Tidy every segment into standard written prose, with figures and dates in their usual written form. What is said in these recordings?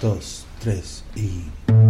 2, 3 y...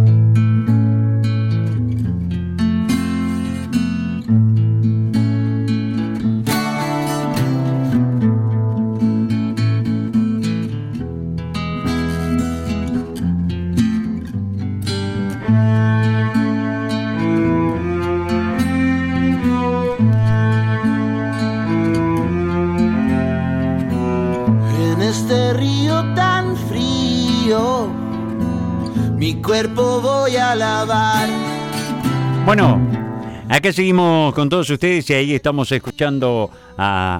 Mi cuerpo voy a lavar. Bueno, acá seguimos con todos ustedes y ahí estamos escuchando a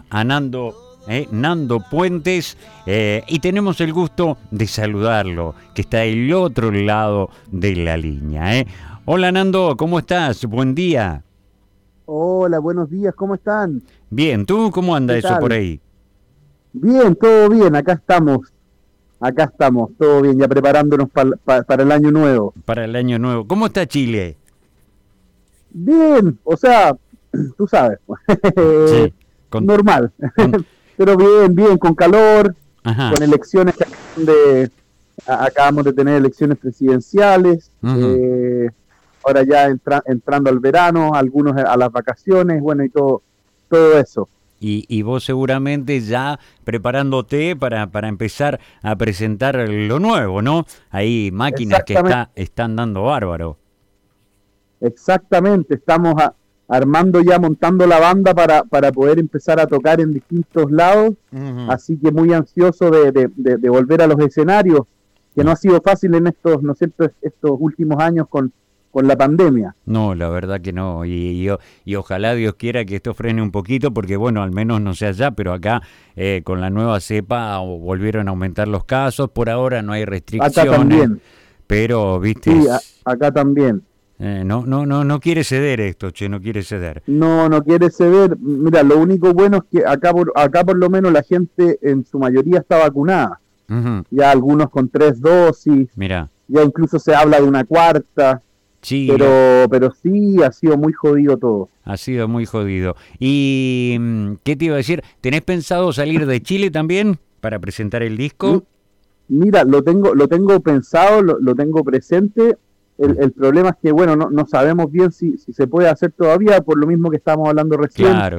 Nando Puentes y tenemos el gusto de saludarlo, que está del otro lado de la línea. Hola Nando, ¿cómo estás? Buen día. Hola, buenos días, ¿cómo están? Bien, ¿tú cómo anda eso por ahí? Bien, todo bien, acá estamos, todo bien, ya preparándonos para el año nuevo. Para el año nuevo. ¿Cómo está Chile? Bien, o sea, tú sabes, sí, normal, pero bien, con calor, ajá, con elecciones que acabamos de tener elecciones presidenciales, ahora ya entrando al verano, algunos a las vacaciones, bueno, y todo eso. Y vos seguramente ya preparándote para empezar a presentar lo nuevo, ¿no? Hay máquinas que están dando bárbaro. Exactamente, estamos montando la banda para poder empezar a tocar en distintos lados, así que muy ansioso de volver a los escenarios, que no ha sido fácil en estos últimos años con la pandemia. No, la verdad que no, y ojalá Dios quiera que esto frene un poquito, porque bueno, al menos no sea allá, pero acá con la nueva cepa volvieron a aumentar los casos, por ahora no hay restricciones. Acá también. Pero, viste... Sí, acá también. No quiere ceder esto, no quiere ceder. No quiere ceder. Mira, lo único bueno es que acá por lo menos la gente en su mayoría está vacunada. Ya algunos con 3 dosis. Mira. Ya incluso se habla de una cuarta. Sí, pero sí, ha sido muy jodido todo. Ha sido muy jodido. ¿Y qué te iba a decir? ¿Tenés pensado salir de Chile también para presentar el disco? Mira, lo tengo pensado, lo tengo presente. El problema es que, bueno, no sabemos bien si se puede hacer todavía, por lo mismo que estábamos hablando recién. Claro.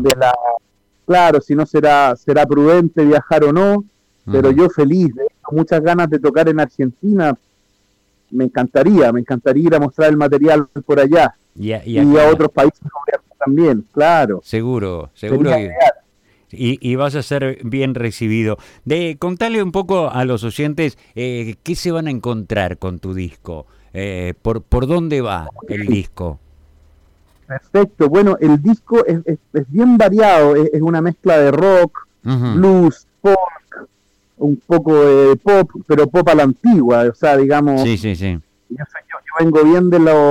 Claro, si no será prudente viajar o no, pero yo feliz, con muchas ganas de tocar en Argentina. Me encantaría ir a mostrar el material por allá y a otros países también, claro. Seguro. Y vas a ser bien recibido. Contale un poco a los oyentes qué se van a encontrar con tu disco, por dónde va el disco. Perfecto, bueno, el disco es bien variado, es una mezcla de rock, blues, folk, un poco de pop, pero pop a la antigua, o sea, digamos... Sí. Yo vengo bien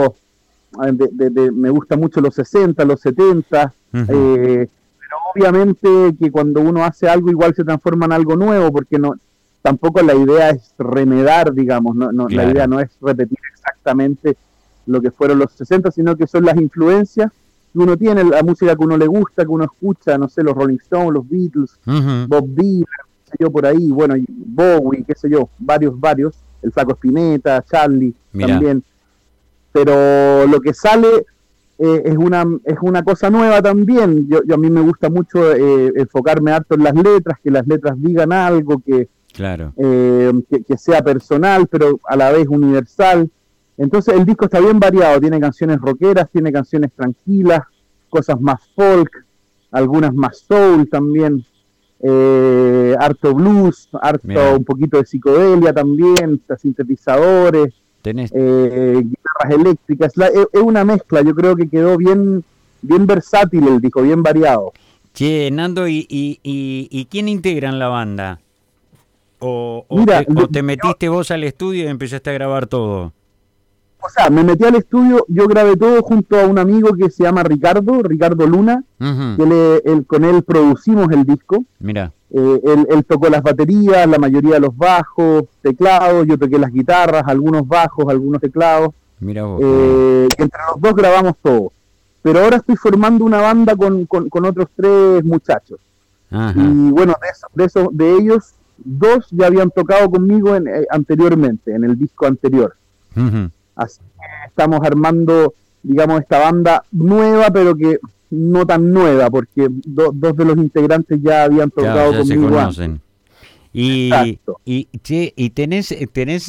me gusta mucho los 60, los 70, pero obviamente que cuando uno hace algo igual se transforma en algo nuevo, porque tampoco la idea es remedar, digamos, claro. La idea no es repetir exactamente lo que fueron los 60, sino que son las influencias que uno tiene, la música que uno le gusta, que uno escucha, no sé, los Rolling Stones, los Beatles, Bob Dylan, yo por ahí, bueno, Bowie, qué sé yo, varios, el Flaco Spinetta, Charlie, también, pero lo que sale es una cosa nueva también. Yo a mí me gusta mucho enfocarme harto en las letras, que las letras digan algo, que sea personal, pero a la vez universal. Entonces el disco está bien variado, tiene canciones rockeras, tiene canciones tranquilas, cosas más folk, algunas más soul también. Harto blues, un poquito de psicodelia también, sintetizadores, guitarras eléctricas, es una mezcla, yo creo que quedó bien versátil el disco, bien variado. Che, Nando, ¿y quién integran la banda? ¿O te metiste vos al estudio y empezaste a grabar todo? O sea, me metí al estudio, yo grabé todo junto a un amigo que se llama Ricardo Luna, que con él producimos el disco. Mira. Él tocó las baterías, la mayoría de los bajos, teclados, yo toqué las guitarras, algunos bajos, algunos teclados. Mira vos. Entre los dos grabamos todo. Pero ahora estoy formando una banda con otros 3 muchachos. Ajá. Y bueno, de ellos dos ya habían tocado conmigo anteriormente, en el disco anterior. Ujú. Así que estamos armando, digamos, esta banda nueva, pero que no tan nueva, porque dos de los integrantes ya habían tocado Claro, ya se conmigo antes. conocen. Y, Exacto. che, y tenés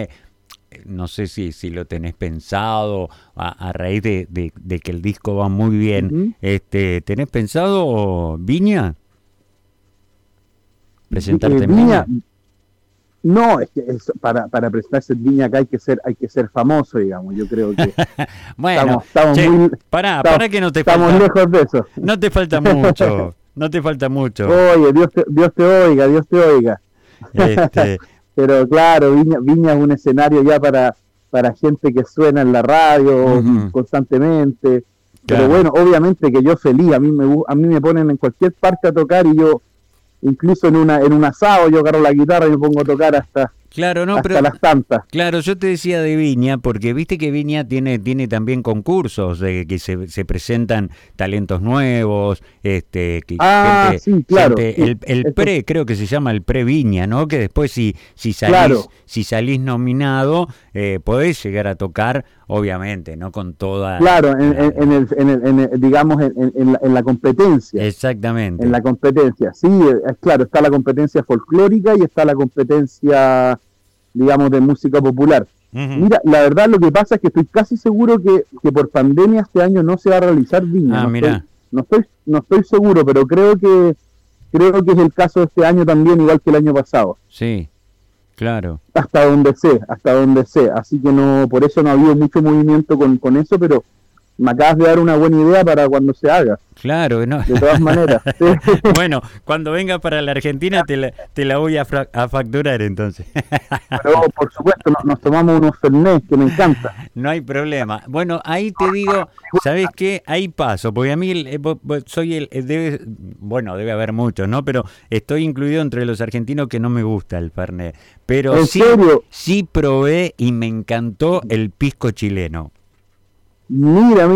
no sé si lo tenés pensado a raíz de que el disco va muy bien, Ujú. ¿tenés pensado Viña? ¿Presentarte en Viña, Viña? no, es que para presentarse en Viña acá hay que ser famoso, digamos. Yo creo que Bueno, estamos che, muy, pará estamos, que no te estamos falta, lejos de eso. no te falta mucho, no te falta mucho. Oye, Dios te oiga, Dios te oiga. Este, Pero claro, Viña es un escenario ya para gente que suena en la radio Ujú. constantemente. Claro. Pero bueno, obviamente que yo feliz, a mí me ponen en cualquier parte a tocar y yo, incluso en un asado, yo agarro la guitarra y me pongo a tocar claro, no, hasta pero las tantas. claro, yo te decía de Viña, porque viste que Viña tiene también concursos de que se presentan talentos nuevos, que Ah, sí, claro. Sí, el eso, pre, creo que se llama el pre Viña, ¿no? Que después claro, si salís nominado, podés llegar a tocar, obviamente, no con toda claro, digamos, en la competencia. exactamente. En la competencia, sí, es claro, está la competencia folclórica y está la competencia, digamos, de música popular. Ujú. Mira, la verdad lo que pasa es que estoy casi seguro que por pandemia este año no se va a realizar Viña. Ah, mira, No estoy seguro, pero creo que es el caso de este año también, igual que el año pasado. sí, claro. Hasta donde sé. Así que no, por eso no ha habido mucho movimiento con eso, pero me acabas de dar una buena idea para cuando se haga, Claro, no. de todas maneras. Bueno, cuando venga para la Argentina te la voy a facturar entonces. Pero por supuesto nos tomamos unos Fernet que me encanta. No hay problema. Bueno, ahí te digo, ¿sabes qué? Ahí paso, porque a mí soy bueno, debe haber muchos, ¿no? Pero estoy incluido entre los argentinos que no me gusta el Fernet. Pero ¿En sí, serio? sí probé y me encantó el pisco chileno. Mira,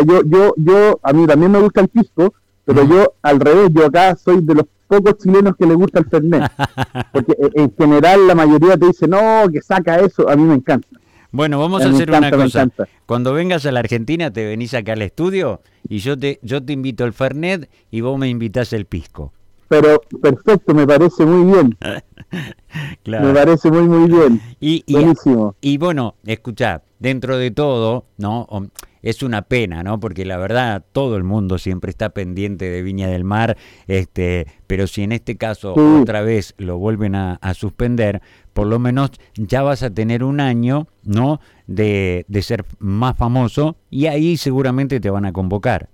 a mí también me gusta el pisco, pero yo al revés, yo acá soy de los pocos chilenos que le gusta el Fernet, porque en general la mayoría te dice, no, que saca eso, a mí me encanta, Bueno, vamos a me hacer encanta, una me cosa. encanta. Cuando vengas a la Argentina, te venís acá al estudio y yo te invito al Fernet y vos me invitás el pisco. Pero perfecto, me parece muy bien, me Claro. parece muy bien, Y buenísimo. bueno, escuchá, dentro de todo, ¿no? Es una pena, ¿no? Porque la verdad, todo el mundo siempre está pendiente de Viña del Mar, pero si en este caso Sí, otra vez lo vuelven a suspender, por lo menos ya vas a tener un año, ¿no? De ser más famoso y ahí seguramente te van a convocar.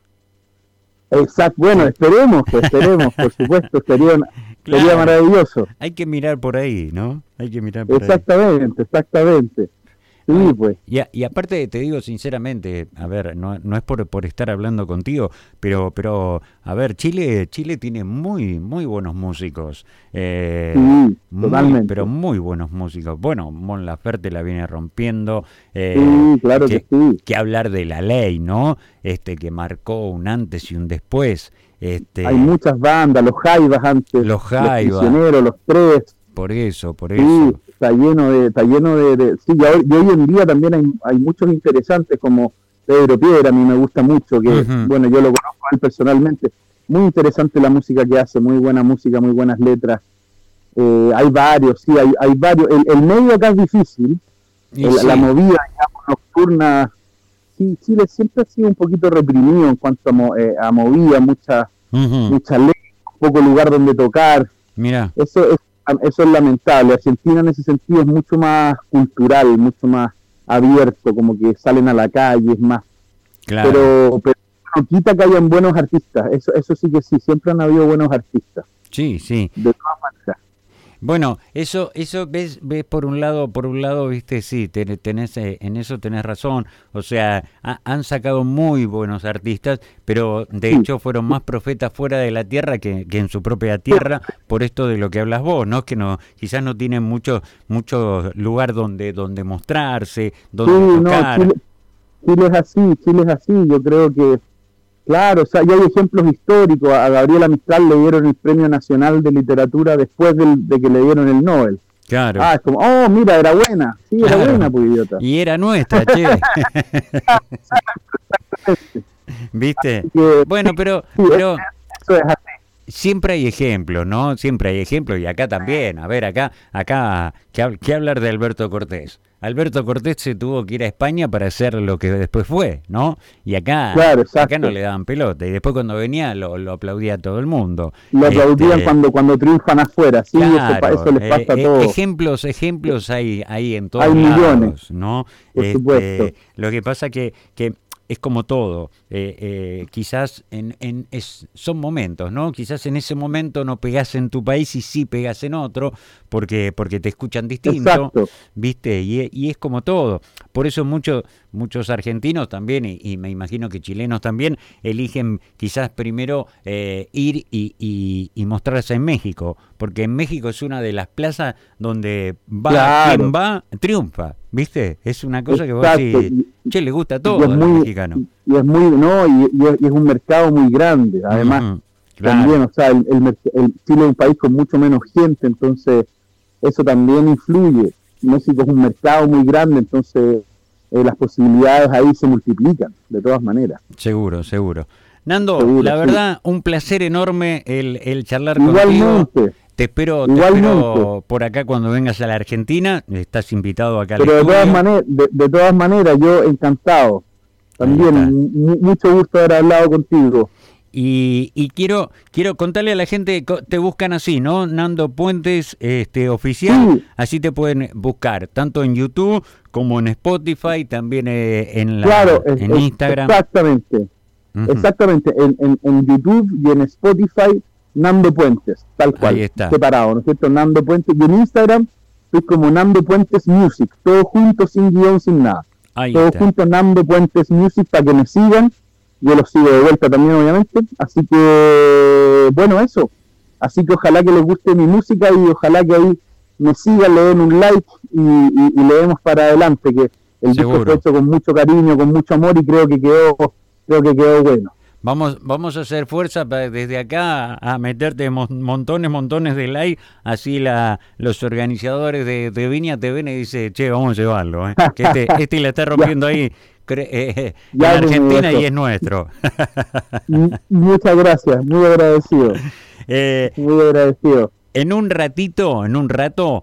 exacto, bueno, esperemos, por supuesto, sería Claro, maravilloso. hay que mirar por ahí, ¿no? Hay que mirar por ahí. Exactamente. Sí, Ay, pues. y aparte te digo sinceramente, a ver, no es por estar hablando contigo, pero a ver, Chile tiene muy buenos músicos, Sí, pero totalmente. muy buenos músicos. Bueno, Mon Laferte la viene rompiendo, Sí, claro que sí. que hablar de La Ley, ¿no? Que marcó un antes y un después, Hay muchas bandas, los Jaivas antes, los los Jaiba, Prisioneros, los Tres. por eso. Sí, está lleno sí, y hoy en día también hay muchos interesantes como Pedro Piedra, a mí me gusta mucho, que Ujú. bueno, yo lo conozco a él personalmente. Muy interesante la música que hace, muy buena música, muy buenas letras. Hay varios, sí, hay varios. El medio acá es difícil, Y la sí, movida, digamos, nocturna. Sí, Chile siempre ha sido un poquito reprimido en cuanto a movida, ujú. mucha ley, poco lugar donde tocar. Mira, Eso es lamentable. Argentina en ese sentido es mucho más cultural, mucho más abierto, como que salen a la calle, es más. claro. Pero no quita que hayan buenos artistas, eso sí que sí, siempre han habido buenos artistas, Sí, sí. de todas maneras. Bueno, eso ves por un lado, viste, sí, tenés, en eso tenés razón. O sea, han sacado muy buenos artistas, pero de Sí, hecho fueron más profetas fuera de la tierra que en su propia tierra, por esto de lo que hablas vos, ¿no? Que no, quizás no tienen mucho lugar donde mostrarse, sí, donde no, tocar. Chile es así, yo creo que Claro, o sea, y hay ejemplos históricos. A Gabriela Mistral le dieron el Premio Nacional de Literatura después de que le dieron el Nobel. Claro. Es como, mira, era buena. Sí, claro. Era buena, pues, idiota. Y era nuestra, che. ¿Viste? Bueno, pero eso es así. Siempre hay ejemplos, ¿no? Siempre hay ejemplos, y acá también. A ver, acá ¿qué hablar de Alberto Cortés? Alberto Cortés se tuvo que ir a España para hacer lo que después fue, ¿no? Y acá, claro, acá no le daban pelota, y después cuando venía lo aplaudía todo el mundo. Lo aplaudían cuando triunfan afuera, sí, claro, eso les pasa a todos. Ejemplos hay en todos lados. Hay millones, ¿no? Por supuesto. Lo que pasa que es como todo, quizás son momentos, ¿no? Quizás en ese momento no pegás en tu país y sí pegás en otro, porque te escuchan distinto, exacto. ¿Viste? Y es como todo. Por eso muchos argentinos también, y me imagino que chilenos también, eligen quizás primero ir y mostrarse en México, porque en México es una de las plazas donde quien va, triunfa, ¿viste? Es una cosa que vos decís, che, le gusta a todos los mexicanos. Y es muy, y es un mercado muy grande, además, claro. También, o sea, el Chile es un país con mucho menos gente, entonces eso también influye. México es un mercado muy grande, entonces las posibilidades ahí se multiplican, de todas maneras. Seguro. Nando, la verdad, un placer enorme el charlar contigo. Igualmente. Te espero por acá cuando vengas a la Argentina. Estás invitado acá al estudio. De todas maneras, yo encantado. También, mucho gusto haber hablado contigo. Y quiero contarle a la gente, te buscan así, ¿no? Nando Puentes oficial, sí. Así te pueden buscar, tanto en YouTube como en Spotify, también en Instagram. Exactamente. Exactamente, en YouTube y en Spotify, Nando Puentes, tal cual, ahí está. Separado, ¿no es cierto? Nando Puentes, y en Instagram estoy como Nando Puentes Music, todo junto, sin guión, sin nada. Ahí todo está. Junto, Nando Puentes Music, para que me sigan. Yo los sigo de vuelta también, obviamente. Así que, bueno, eso. Así que ojalá que les guste mi música y ojalá que ahí me sigan, le den un like y le demos para adelante, que el disco fue hecho con mucho cariño, con mucho amor, y creo que quedó bueno. Vamos a hacer fuerza desde acá a meterte montones de like, así los organizadores de Viña te ven y dicen, che, vamos a llevarlo, que este la está rompiendo ahí en Argentina y es nuestro. Muchas gracias, muy agradecido. Muy agradecido. En un rato,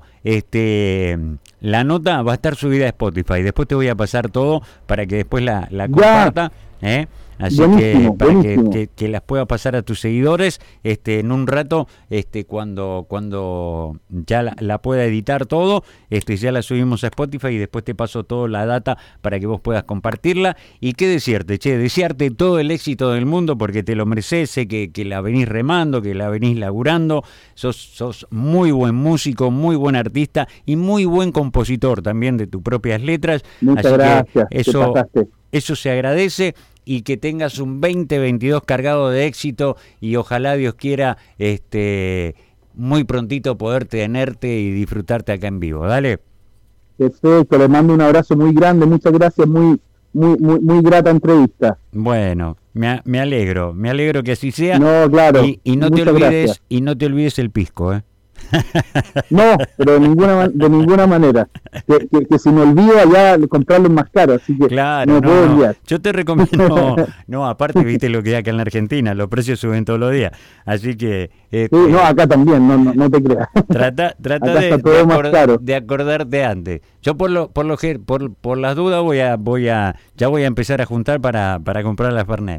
la nota va a estar subida a Spotify. Después te voy a pasar todo para que después la comparta. Así buenísimo, que las pueda pasar a tus seguidores en un rato, cuando ya la pueda editar todo, ya la subimos a Spotify y después te paso toda la data para que vos puedas compartirla. Y qué desearte todo el éxito del mundo, porque te lo mereces, sé que la venís remando, que la venís laburando, sos muy buen músico, muy buen artista y muy buen compositor también de tus propias letras. Muchas gracias, eso se agradece. Y que tengas un 2022 cargado de éxito, y ojalá Dios quiera muy prontito poder tenerte y disfrutarte acá en vivo. Dale. Perfecto, le mando un abrazo muy grande, muchas gracias, muy grata entrevista. Bueno, me alegro que así sea. No, claro. Y no te olvides el pisco, No, pero de ninguna manera. Que si me olvido allá comprarlo más caro, así que claro, no puedo enviar. Yo te recomiendo, aparte viste lo que hay acá en la Argentina, los precios suben todos los días, así que sí, no, acá también, no te creas. Trata de acordarte antes. Yo por las dudas voy a empezar a juntar para comprar la Fernet.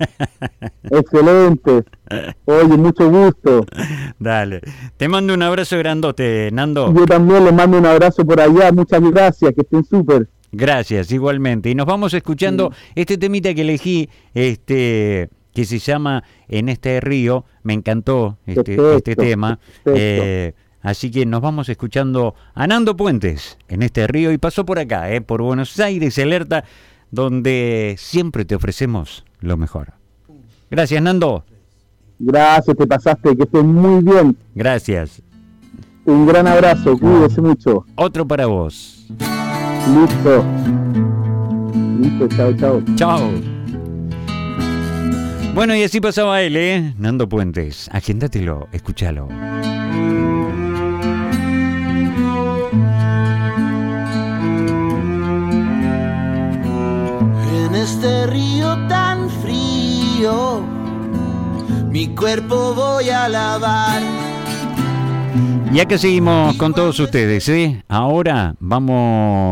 Excelente. Oye, mucho gusto. Dale. Te mando un abrazo grandote, Nando. Yo también les mando un abrazo por allá. Muchas gracias, que estén súper. Gracias, igualmente. Y nos vamos escuchando este temita que elegí, que se llama En este río. Me encantó este tema. Así que nos vamos escuchando a Nando Puentes, En este río. Y pasó por acá, por Buenos Aires Alerta, donde siempre te ofrecemos lo mejor. Gracias, Nando. Gracias, te pasaste, que estés muy bien. Gracias. Un gran abrazo, cuídese mucho. Otro para vos. Listo, chao. Chao. Bueno, y así pasaba él, Nando Puentes. Agéndatelo, escúchalo. En este río tan frío, mi cuerpo voy a lavar. Ya que seguimos con todos ustedes, ahora vamos